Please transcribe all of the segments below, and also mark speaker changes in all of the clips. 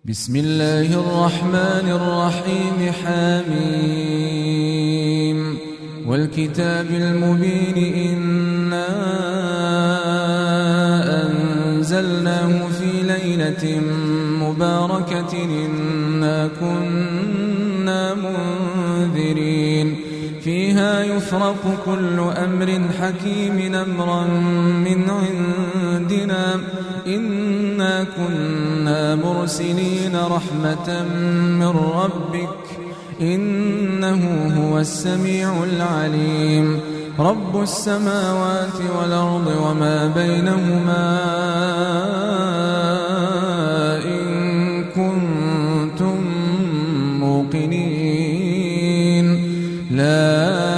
Speaker 1: بسم الله الرحمن الرحيم حميم والكتاب المبين إنا أنزلناه في ليلة مباركة إنا كنا منذرين فيها يفرق كل أمر حكيم أمرا من عندنا إنا كنا مرسلين رحمة من ربك إنه هو السميع العليم رب السماوات والأرض وما بينهما إن كنتم موقنين لا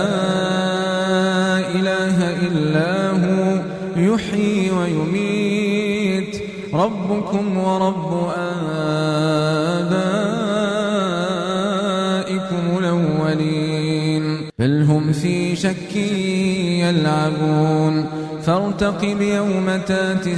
Speaker 1: إله إلا هو يحيي ويميت ربكم ورب آبائكم الأولين بل هم في شك يلعبون فارتقب يوم تأتي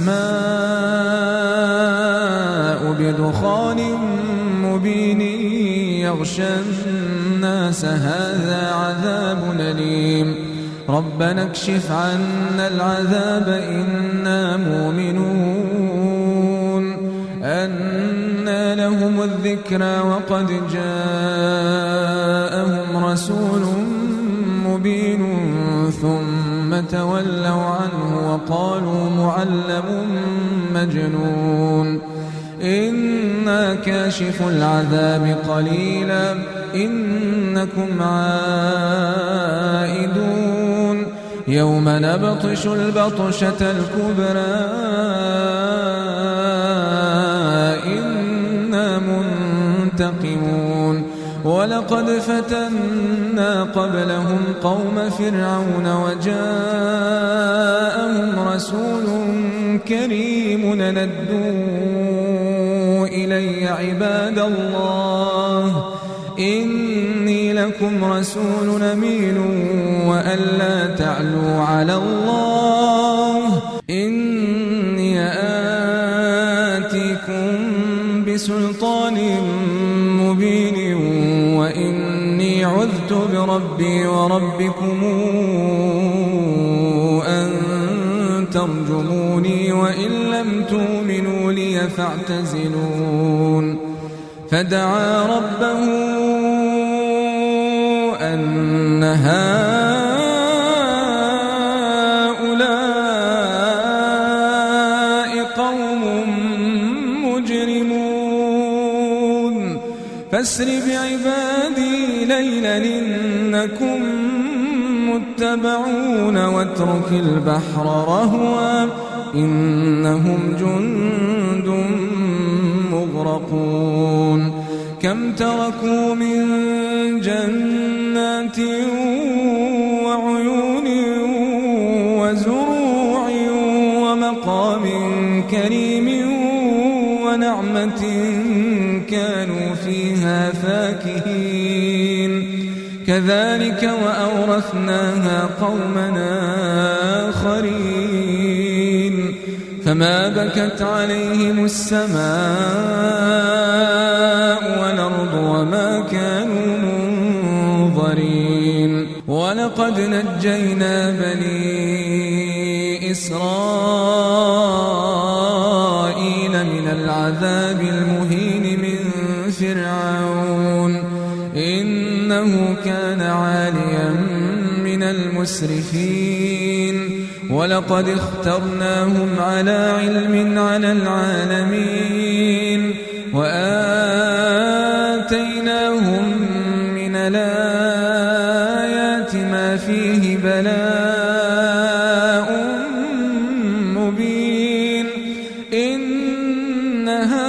Speaker 1: السماء بدخان مبين يغشى الناس هذا عذاب أليم ربنا اكشف عنا العذاب إنا مؤمنون أنى لهم الذكرى وقد جاءهم رسول مبين ثم تولوا عنه وقالوا معلم مجنون إنا كاشف العذاب قليلا إنكم عائدون يوم نبطش البطشة الكبرى إنا منتقمون ولقد فتنا قبلهم قوم فرعون وجاءهم رسول كريم ندوا إلي عباد الله إني لكم رسول أمين وأن لا تعلوا على الله إني آتيكم بسلطان مبين وإني عذت بربي وربكم أن ترجموني وإن لم تؤمنوا لي فاعتزلون فدعا ربه أن هؤلاء قوم مجرمون فاسر بعبادي ليلا إنكم متبعون واترك البحر رهوا إنهم جند مغرقون كم تركوا من جنات وعيون وزروع ومقام كريم ونعمة كانوا فيها فاكهين كذلك وأورثناها قومنا آخرين فما بكت عليهم السماء والأرض وما كانوا منظرين ولقد نجينا بني إسرائيل من العذاب المهين من فرعون إنه كان عاليا من المسرفين ولقد اخترناهم على علم على العالمين وآتيناهم من الآيات ما فيه بلاء مبين إن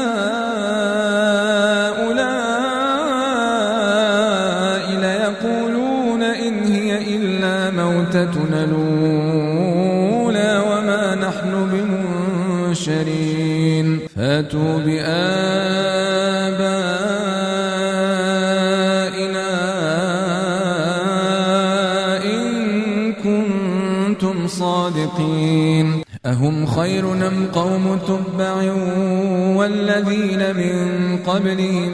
Speaker 1: هؤلاء ليقولون إن هي إلا موتتنا الأولى وما نحن بمنشرين فاتوا بآبائنا إن كنتم صادقين أهم خير أم قوم تبع والذين من قبلهم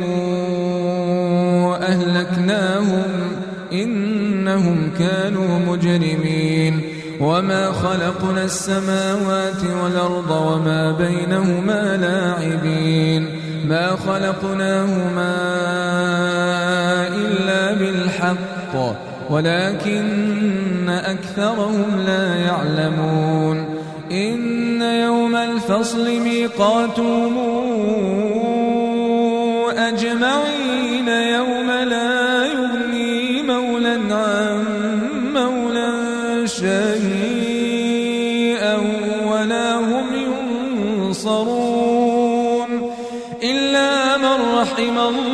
Speaker 1: أهلكناهم إنهم كانوا مجرمين وما خلقنا السماوات والأرض وما بينهما لاعبين ما خلقناهما إلا بالحق ولكن أكثرهم لا يعلمون إن يوم الفصل ميقاتهم أجمعين يوم لا يغني مولى عن مولى شيئا ولا هم ينصرون إلا من رحم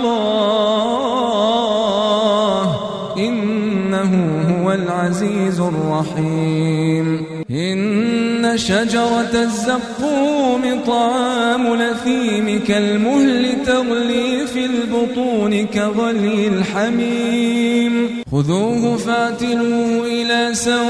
Speaker 1: الله إنه هو العزيز الرحيم إن شجرة الزقوم طعام الأثيم كالمهل تغلي في البطون كغلي الحميم خذوه فاعتلوه إلى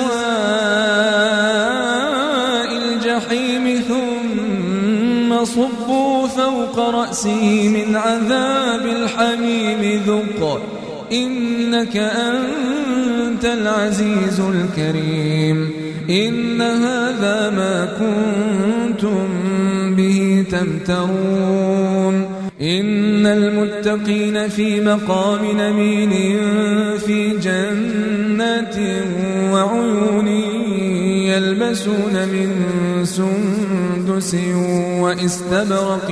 Speaker 1: سواء الجحيم ثم صبوا فوق رأسه من عذاب الحميم ذق إنك أنت العزيز الكريم إن هذا ما كنتم به تمترون إن المتقين في مقام أمين في جنات وعيون يلبسون من سندس وإستبرق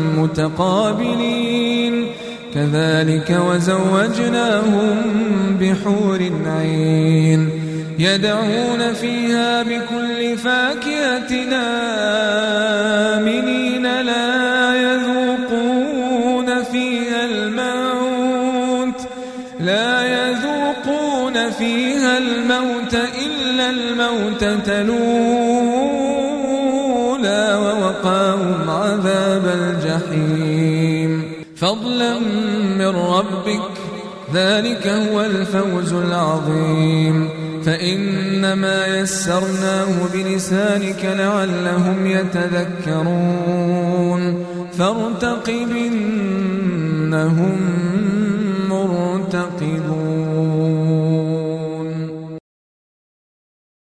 Speaker 1: متقابلين كذلك وزوجناهم بحور عين يدعون فيها بكل فاكهة آمنين لا يذوقون فيها الموت إلا الموتة الأولى ووقاهم عذاب الجحيم فضلا من ربك ذلك هو الفوز العظيم فإنما يسرناه بلسانك لعلهم يتذكرون فارتقب إنهم مرتقبون